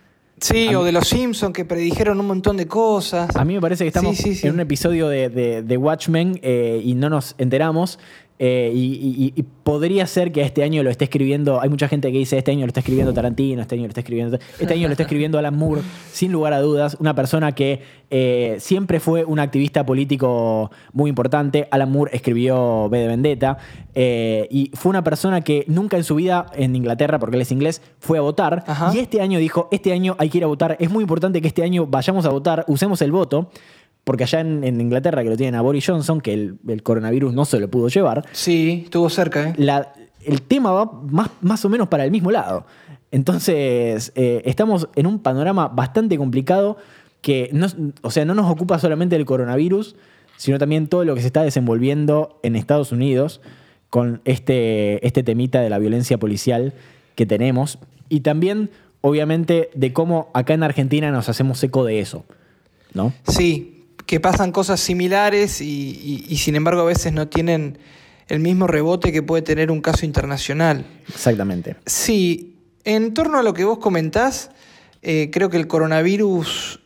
Sí, a o mí, de Los Simpsons, que predijeron un montón de cosas. A mí me parece que estamos sí, sí, sí. en un episodio de, de, de Watchmen eh, y no nos enteramos. Eh, y, y, y podría ser que este año lo esté escribiendo... Hay mucha gente que dice este año lo está escribiendo Tarantino, este año lo está escribiendo... Este año lo está escribiendo Alan Moore, sin lugar a dudas. Una persona que eh, siempre fue un activista político muy importante. Alan Moore escribió V de Vendetta. Eh, y fue una persona que nunca en su vida, en Inglaterra, porque él es inglés, fue a votar. Ajá. Y este año dijo, este año hay que ir a votar. Es muy importante que este año vayamos a votar, usemos el voto. Porque allá en, en Inglaterra, que lo tienen a Boris Johnson, que el, el coronavirus no se lo pudo llevar. Sí, estuvo cerca, ¿eh? La, el tema va más, más o menos para el mismo lado. Entonces, eh, estamos en un panorama bastante complicado que no, o sea, no nos ocupa solamente el coronavirus, sino también todo lo que se está desenvolviendo en Estados Unidos con este, este temita de la violencia policial que tenemos. Y también, obviamente, de cómo acá en Argentina nos hacemos eco de eso, ¿no? Sí, que pasan cosas similares y, y, y sin embargo a veces no tienen el mismo rebote que puede tener un caso internacional. Exactamente. Sí, en torno a lo que vos comentás, eh, creo que el coronavirus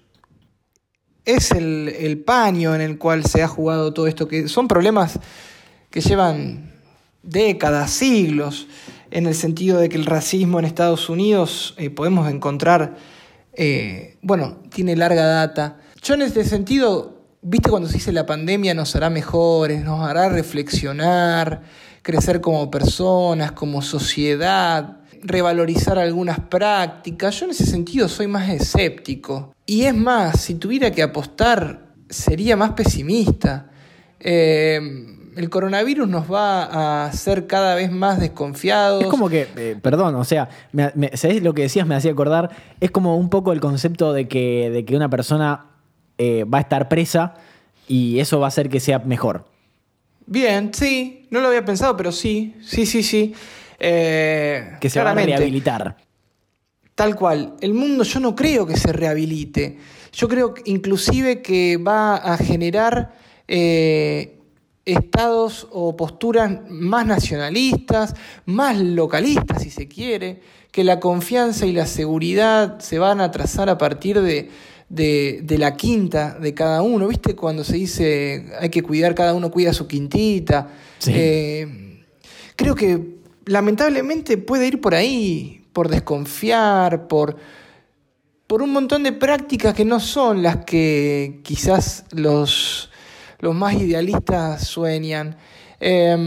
es el, el paño en el cual se ha jugado todo esto, que son problemas que llevan décadas, siglos, en el sentido de que el racismo en Estados Unidos eh, podemos encontrar, eh, bueno, tiene larga data. Yo en este sentido, viste cuando se dice la pandemia nos hará mejores, nos hará reflexionar, crecer como personas, como sociedad, revalorizar algunas prácticas. Yo en ese sentido soy más escéptico. Y es más, si tuviera que apostar, sería más pesimista. Eh, el coronavirus nos va a hacer cada vez más desconfiados. Es como que, eh, perdón, o sea, me, me, ¿sabés lo que decías? Me hacía acordar, es como un poco el concepto de que, de que una persona... Eh, va a estar presa y eso va a hacer que sea mejor. Bien, sí, no lo había pensado, pero sí, sí, sí, sí. Eh, que se claramente va a rehabilitar. Tal cual. El mundo yo no creo que se rehabilite. Yo creo que inclusive que va a generar eh, estados o posturas más nacionalistas, más localistas, si se quiere, que la confianza y la seguridad se van a trazar a partir de... De, de la quinta de cada uno, ¿viste? Cuando se dice hay que cuidar, cada uno cuida su quintita. Sí. Eh, creo que lamentablemente puede ir por ahí, por desconfiar, por, por un montón de prácticas que no son las que quizás los, los más idealistas sueñan. Eh,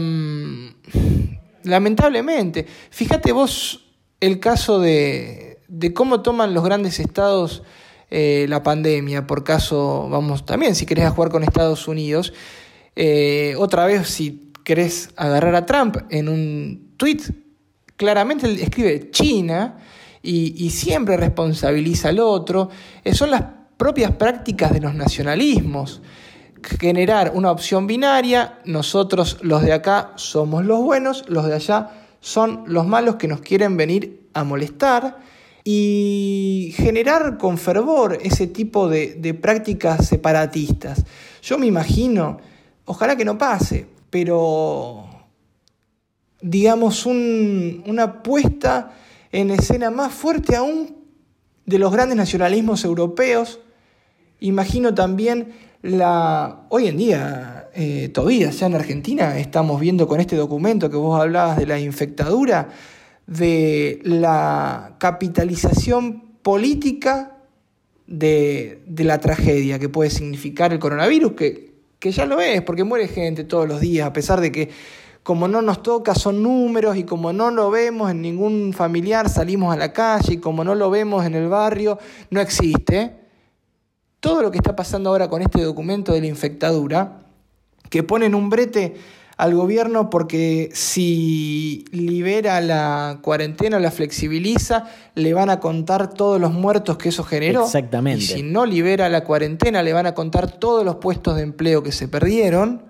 lamentablemente. Fíjate vos el caso de, de cómo toman los grandes estados Eh, la pandemia, por caso, vamos también, si querés a jugar con Estados Unidos, eh, otra vez si querés agarrar a Trump en un tweet, claramente él escribe China y, y siempre responsabiliza al otro. Eh, son las propias prácticas de los nacionalismos, generar una opción binaria, nosotros los de acá somos los buenos, los de allá son los malos que nos quieren venir a molestar. Y generar con fervor ese tipo de, de prácticas separatistas. Yo me imagino, ojalá que no pase, pero digamos un, una puesta en escena más fuerte aún de los grandes nacionalismos europeos. Imagino también la... Hoy en día, eh, todavía ya en Argentina, estamos viendo con este documento que vos hablabas de la infectadura, de la capitalización política de, de la tragedia que puede significar el coronavirus, que, que ya lo es, porque muere gente todos los días, a pesar de que como no nos toca son números y como no lo vemos en ningún familiar salimos a la calle y como no lo vemos en el barrio no existe. Todo lo que está pasando ahora con este documento de la infectadura, que pone en un brete al gobierno porque si libera la cuarentena o la flexibiliza, le van a contar todos los muertos que eso generó. Exactamente. Y si no libera la cuarentena, le van a contar todos los puestos de empleo que se perdieron.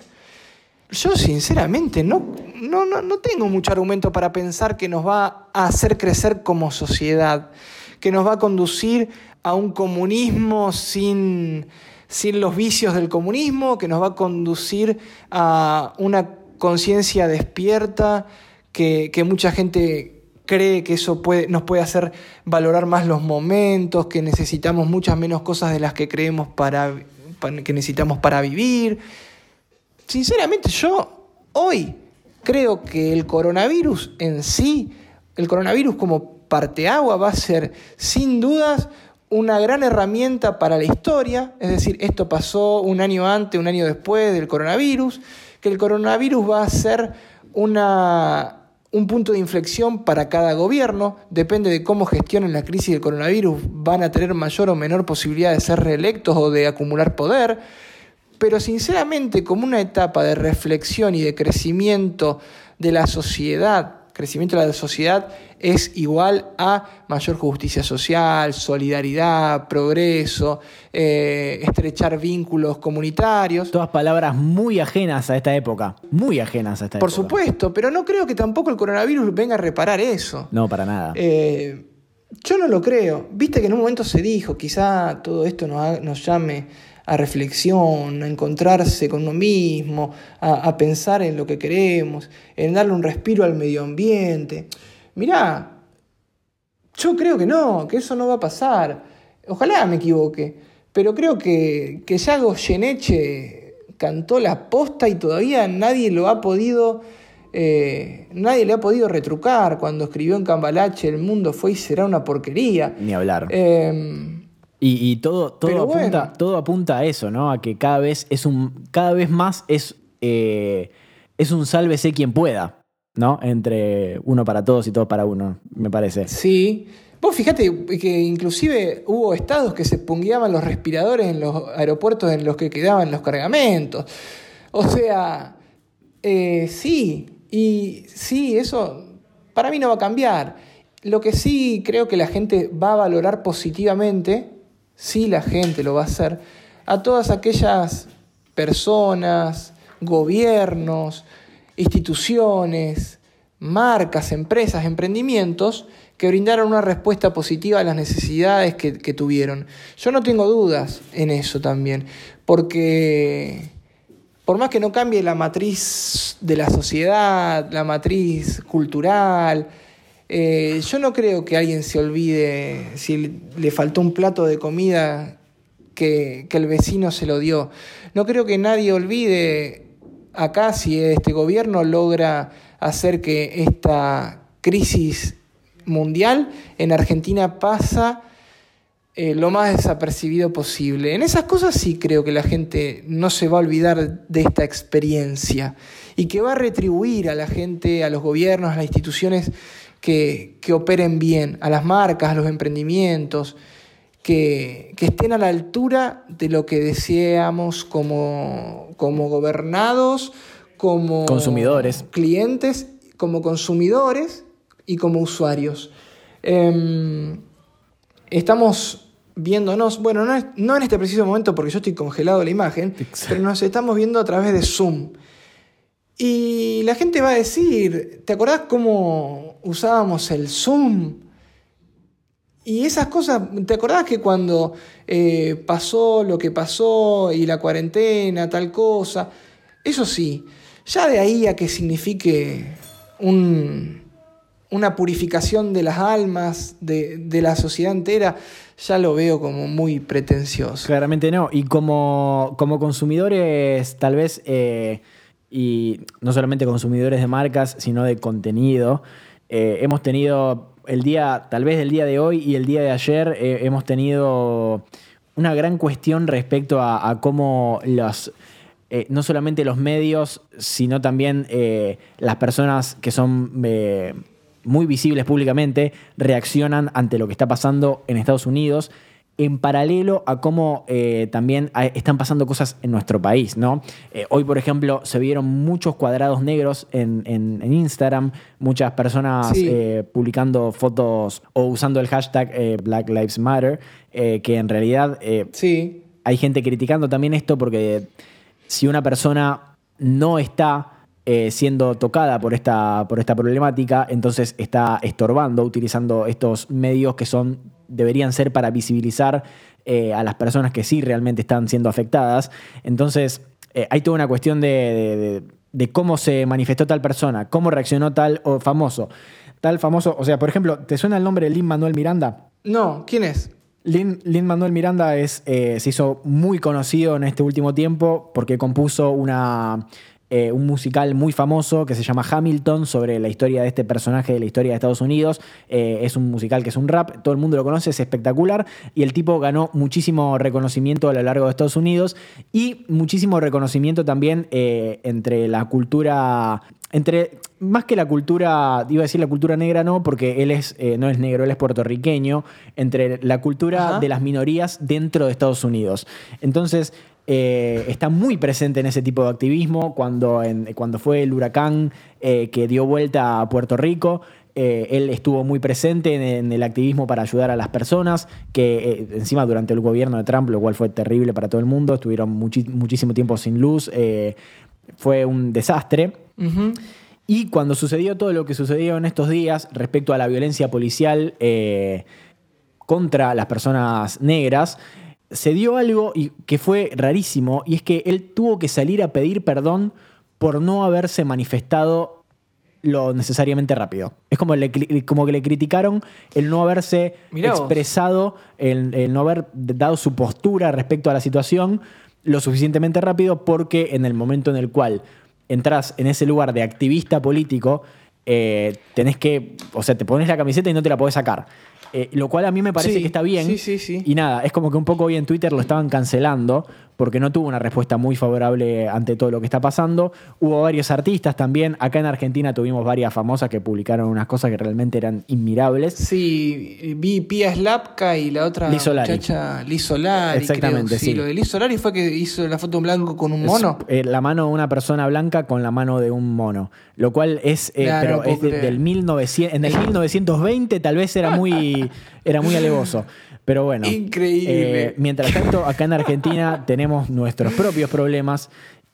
Yo sinceramente no, no, no, no tengo mucho argumento para pensar que nos va a hacer crecer como sociedad, que nos va a conducir a un comunismo sin, sin los vicios del comunismo, que nos va a conducir a una conciencia despierta, que, que mucha gente cree que eso puede, nos puede hacer valorar más los momentos, que necesitamos muchas menos cosas de las que creemos para, para, que necesitamos para vivir. Sinceramente, yo hoy creo que el coronavirus en sí, el coronavirus como parteagua va a ser sin dudas una gran herramienta para la historia, es decir, esto pasó un año antes, un año después del coronavirus, que el coronavirus va a ser una, un punto de inflexión para cada gobierno, depende de cómo gestionen la crisis del coronavirus, van a tener mayor o menor posibilidad de ser reelectos o de acumular poder, pero sinceramente como una etapa de reflexión y de crecimiento de la sociedad, crecimiento de la sociedad es igual a mayor justicia social, solidaridad, progreso, eh, estrechar vínculos comunitarios. Todas palabras muy ajenas a esta época, muy ajenas a esta Por época. Por supuesto, pero no creo que tampoco el coronavirus venga a reparar eso. No, para nada. Eh, yo no lo creo. Viste que en un momento se dijo, quizá todo esto nos, ha, nos llame a reflexión, a encontrarse con uno mismo, a, a pensar en lo que queremos, en darle un respiro al medio ambiente. Mirá, yo creo que no, que eso no va a pasar. Ojalá me equivoque, pero creo que, que ya Goyeneche cantó la posta y todavía nadie lo ha podido, eh, nadie le ha podido retrucar cuando escribió en Cambalache, el mundo fue y será una porquería. Ni hablar. Eh, Y, y todo, todo, apunta, bueno. todo apunta a eso, ¿no? A que cada vez es un. Cada vez más es. Eh, es un sálvese quien pueda, ¿no? Entre uno para todos y todos para uno, me parece. Sí. Vos fíjate que inclusive hubo estados que se pungueaban los respiradores en los aeropuertos en los que quedaban los cargamentos. O sea, eh, sí. Y sí, eso para mí no va a cambiar. Lo que sí creo que la gente va a valorar positivamente, sí la gente lo va a hacer, a todas aquellas personas, gobiernos, instituciones, marcas, empresas, emprendimientos que brindaron una respuesta positiva a las necesidades que, que tuvieron. Yo no tengo dudas en eso también, porque por más que no cambie la matriz de la sociedad, la matriz cultural, Eh, yo no creo que alguien se olvide si le faltó un plato de comida que, que el vecino se lo dio. No creo que nadie olvide acá si este gobierno logra hacer que esta crisis mundial en Argentina pasa eh, lo más desapercibido posible. En esas cosas sí creo que la gente no se va a olvidar de esta experiencia y que va a retribuir a la gente, a los gobiernos, a las instituciones Que, que operen bien, a las marcas, a los emprendimientos, que, que estén a la altura de lo que deseamos como, como gobernados, como consumidores, clientes, como consumidores y como usuarios. Eh, estamos viéndonos, bueno, no, es, no en este preciso momento porque yo estoy congelado la imagen, Exacto. pero nos estamos viendo a través de Zoom. Y la gente va a decir, ¿te acordás cómo usábamos el Zoom? Y esas cosas, ¿te acordás que cuando eh, pasó lo que pasó y la cuarentena, tal cosa? Eso sí, ya de ahí a que signifique un, una purificación de las almas, de, de la sociedad entera, ya lo veo como muy pretencioso. Claramente no, y como, como consumidores tal vez... Eh... y no solamente consumidores de marcas, sino de contenido. Eh, hemos tenido el día, tal vez el día de hoy y el día de ayer, eh, hemos tenido una gran cuestión respecto a, a cómo los, eh, no solamente los medios, sino también eh, las personas que son eh, muy visibles públicamente reaccionan ante lo que está pasando en Estados Unidos, en paralelo a cómo eh, también están pasando cosas en nuestro país, ¿no? Eh, hoy, por ejemplo, se vieron muchos cuadrados negros en, en, en Instagram, muchas personas sí. eh, publicando fotos o usando el hashtag eh, Black Lives Matter, eh, que en realidad eh, sí. hay gente criticando también esto porque si una persona no está eh, siendo tocada por esta, por esta problemática, entonces está estorbando, utilizando estos medios que son deberían ser para visibilizar eh, a las personas que sí realmente están siendo afectadas. Entonces, eh, hay toda una cuestión de, de, de, de cómo se manifestó tal persona, cómo reaccionó tal o famoso. Tal famoso, o sea, por ejemplo, ¿te suena el nombre de Lin-Manuel Miranda? No, ¿quién es? Lin, Lin-Manuel Miranda es, eh, se hizo muy conocido en este último tiempo porque compuso una... Eh, un musical muy famoso que se llama Hamilton, sobre la historia de este personaje de la historia de Estados Unidos. Eh, es un musical que es un rap, todo el mundo lo conoce, es espectacular, y el tipo ganó muchísimo reconocimiento a lo largo de Estados Unidos y muchísimo reconocimiento también eh, entre la cultura... Entre, más que la cultura, iba a decir la cultura negra, no, porque él es, eh, no es negro, él es puertorriqueño, entre la cultura Ajá. de las minorías dentro de Estados Unidos. Entonces, eh, está muy presente en ese tipo de activismo. Cuando, en, cuando fue el huracán eh, que dio vuelta a Puerto Rico, eh, él estuvo muy presente en, en el activismo para ayudar a las personas, que eh, encima durante el gobierno de Trump, lo cual fue terrible para todo el mundo, estuvieron muchi- muchísimo tiempo sin luz, eh, fue un desastre. Uh-huh. Y cuando sucedió todo lo que sucedió en estos días respecto a la violencia policial eh, contra las personas negras, se dio algo y que fue rarísimo, y es que él tuvo que salir a pedir perdón por no haberse manifestado lo necesariamente rápido. Es como, le, como que le criticaron el no haberse Mirá expresado, el, el no haber dado su postura respecto a la situación lo suficientemente rápido, porque en el momento en el cual entras en ese lugar de activista político, eh, tenés que, o sea, te pones la camiseta y no te la podés sacar. Eh, lo cual a mí me parece sí, que está bien. Sí, sí, sí. Y nada, es como que un poco hoy en Twitter lo estaban cancelando porque no tuvo una respuesta muy favorable ante todo lo que está pasando. Hubo varios artistas también. Acá en Argentina tuvimos varias famosas que publicaron unas cosas que realmente eran inmirables. Sí, vi Pia Slapka y la otra Liz Solari. muchacha Liz Solari. Exactamente, creo. Sí, sí. Lo de Liz Solari fue que hizo la foto en blanco con un mono. Es, eh, la mano de una persona blanca con la mano de un mono. Lo cual es, eh, claro, pero es de, del mil novecientos, en el mil novecientos veinte tal vez era muy, era muy alevoso. Pero bueno, increíble. Eh, mientras tanto, acá en Argentina tenemos nuestros propios problemas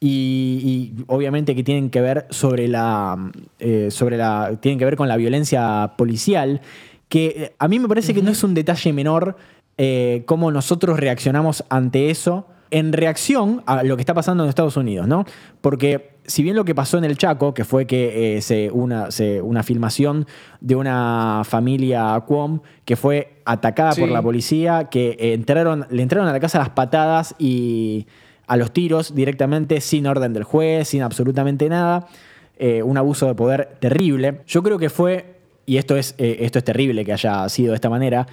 y, y obviamente que tienen que ver sobre la, eh, sobre la, tienen que ver con la violencia policial, que a mí me parece uh-huh. que no es un detalle menor eh, cómo nosotros reaccionamos ante eso en reacción a lo que está pasando en Estados Unidos, ¿no? Porque si bien lo que pasó en el Chaco, que fue que eh, se, una, se, una filmación de una familia Cuom que fue atacada sí. por la policía, que entraron, le entraron a la casa a las patadas y a los tiros directamente, sin orden del juez, sin absolutamente nada, eh, un abuso de poder terrible. Yo creo que fue, y esto es, eh, esto es terrible que haya sido de esta manera,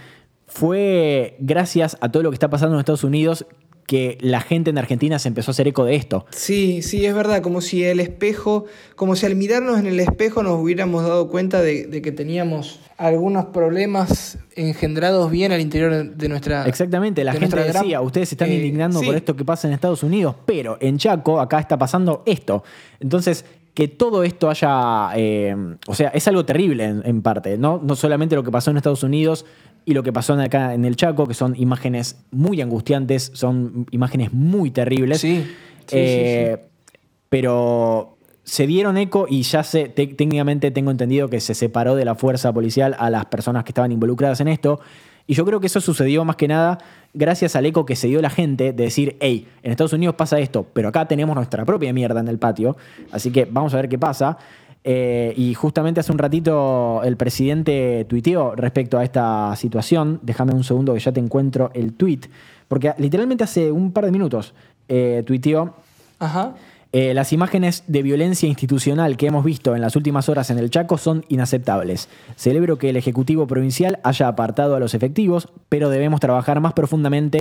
fue gracias a todo lo que está pasando en Estados Unidos que la gente en Argentina se empezó a hacer eco de esto. Sí, sí, es verdad, como si el espejo, como si al mirarnos en el espejo nos hubiéramos dado cuenta de, de que teníamos algunos problemas engendrados bien al interior de nuestra... Exactamente, la de gente gran, decía, ustedes se están eh, indignando sí. por esto que pasa en Estados Unidos, pero en Chaco acá está pasando esto. Entonces, que todo esto haya... Eh, o sea, es algo terrible en, en parte, ¿no? No solamente lo que pasó en Estados Unidos y lo que pasó acá en el Chaco, que son imágenes muy angustiantes, son imágenes muy terribles. Sí, sí, eh, sí, sí. Pero se dieron eco y ya se, te, técnicamente tengo entendido que se separó de la fuerza policial a las personas que estaban involucradas en esto. Y yo creo que eso sucedió más que nada gracias al eco que se dio la gente de decir, hey, en Estados Unidos pasa esto, pero acá tenemos nuestra propia mierda en el patio, así que vamos a ver qué pasa. Eh, y justamente hace un ratito el presidente tuiteó respecto a esta situación. Déjame un segundo que ya te encuentro el tuit, porque literalmente hace un par de minutos eh, tuiteó. Ajá. Eh, las imágenes de violencia institucional que hemos visto en las últimas horas en el Chaco son inaceptables. Celebro que el Ejecutivo Provincial haya apartado a los efectivos, pero debemos trabajar más profundamente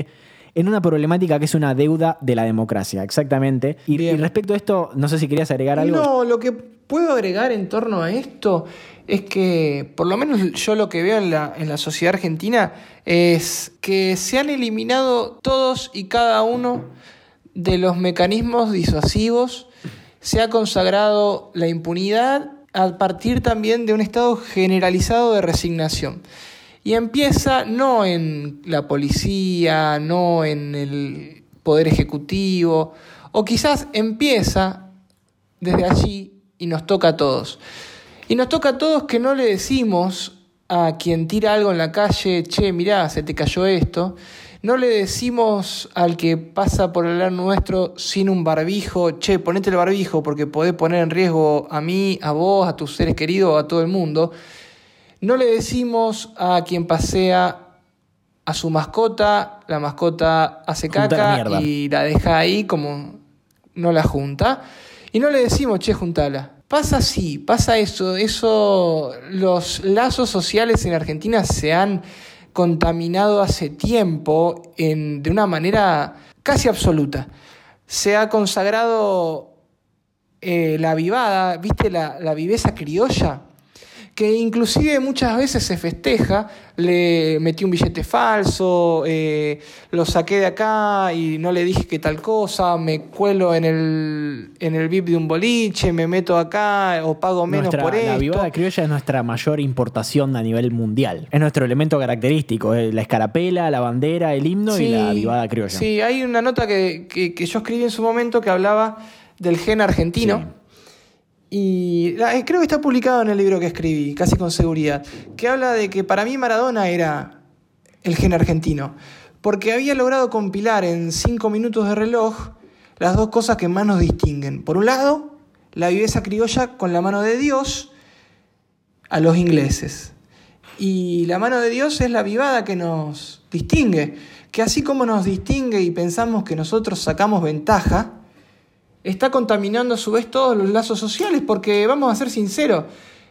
en una problemática que es una deuda de la democracia, exactamente. Y, y respecto a esto, no sé si querías agregar algo. No, lo que puedo agregar en torno a esto es que, por lo menos yo lo que veo en la, en la sociedad argentina, es que se han eliminado todos y cada uno de los mecanismos disuasivos, se ha consagrado la impunidad a partir también de un estado generalizado de resignación. Y empieza no en la policía, no en el poder ejecutivo, o quizás empieza desde allí y nos toca a todos. Y nos toca a todos que no le decimos a quien tira algo en la calle, che, mirá, se te cayó esto. No le decimos al que pasa por el lado nuestro sin un barbijo, che, ponete el barbijo porque podés poner en riesgo a mí, a vos, a tus seres queridos, a todo el mundo. No le decimos a quien pasea a su mascota, la mascota hace caca la y la deja ahí como no la junta. Y no le decimos, che, juntala. Pasa así, pasa eso. Eso, los lazos sociales en Argentina se han contaminado hace tiempo en, de una manera casi absoluta. Se ha consagrado eh, la vivada, ¿viste? La, la viveza criolla, que inclusive muchas veces se festeja. Le metí un billete falso, eh, lo saqué de acá y no le dije que tal cosa, me cuelo en el, en el V I P de un boliche, me meto acá o pago menos nuestra, por esto. La vivada criolla es nuestra mayor importación a nivel mundial. Es nuestro elemento característico, eh, la escarapela, la bandera, el himno sí, y la vivada criolla. Sí, hay una nota que, que, que yo escribí en su momento que hablaba del gen argentino. Sí. Y creo que está publicado en el libro que escribí, casi con seguridad, que habla de que para mí Maradona era el gen argentino, porque había logrado compilar en cinco minutos de reloj las dos cosas que más nos distinguen. Por un lado, la viveza criolla con la mano de Dios a los ingleses. Y la mano de Dios es la vivada que nos distingue, que así como nos distingue y pensamos que nosotros sacamos ventaja, está contaminando a su vez todos los lazos sociales, porque vamos a ser sinceros,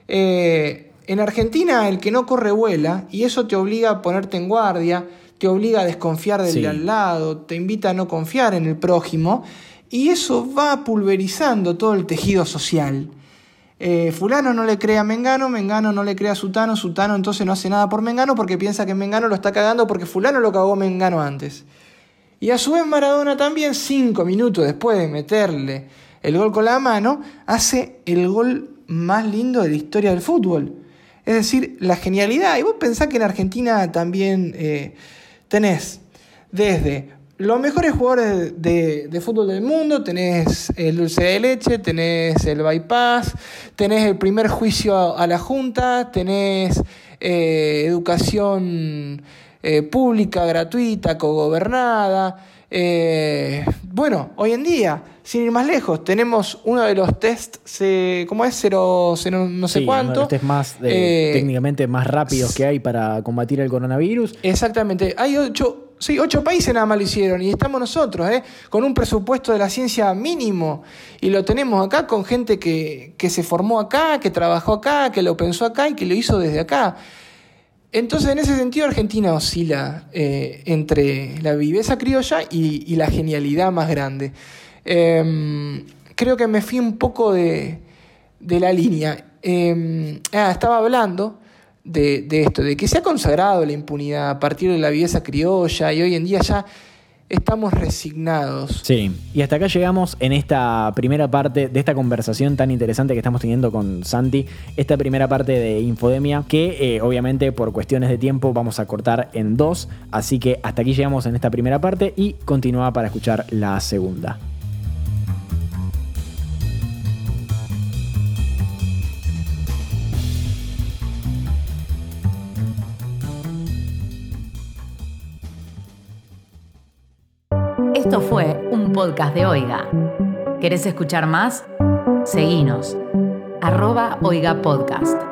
eh, en Argentina el que no corre vuela, y eso te obliga a ponerte en guardia, te obliga a desconfiar del sí. de al lado, te invita a no confiar en el prójimo, y eso va pulverizando todo el tejido social. Eh, fulano no le cree a Mengano, Mengano no le cree a Sutano, Sutano entonces no hace nada por Mengano porque piensa que Mengano lo está cagando porque fulano lo cagó Mengano antes. Y a su vez Maradona también, cinco minutos después de meterle el gol con la mano, hace el gol más lindo de la historia del fútbol. Es decir, la genialidad. Y vos pensás que en Argentina también eh, tenés desde los mejores jugadores de, de fútbol del mundo, tenés el dulce de leche, tenés el bypass, tenés el primer juicio a la Junta, tenés eh, educación Eh, pública, gratuita, cogobernada. Eh, bueno, hoy en día, sin ir más lejos, tenemos uno de los tests, se, ¿cómo es? Cero, cero no sé sí, cuánto. Uno de los tests más, eh, técnicamente más rápidos que hay para combatir el coronavirus. Exactamente. Hay ocho, sí, ocho países nada más lo hicieron y estamos nosotros, ¿eh? Con un presupuesto de la ciencia mínimo y lo tenemos acá con gente que, que se formó acá, que trabajó acá, que lo pensó acá y que lo hizo desde acá. Entonces, en ese sentido, Argentina oscila eh, entre la viveza criolla y, y la genialidad más grande. Eh, creo que me fui un poco de, de la línea. Eh, ah, estaba hablando de, de esto, de que se ha consagrado la impunidad a partir de la viveza criolla y hoy en día ya estamos resignados. Sí, y hasta acá llegamos en esta primera parte de esta conversación tan interesante que estamos teniendo con Santi, esta primera parte de Infodemia, que eh, obviamente por cuestiones de tiempo vamos a cortar en dos, así que hasta aquí llegamos en esta primera parte y continúa para escuchar la segunda. Esto fue un podcast de Oiga. ¿Querés escuchar más? Seguinos. Arroba Oiga Podcast.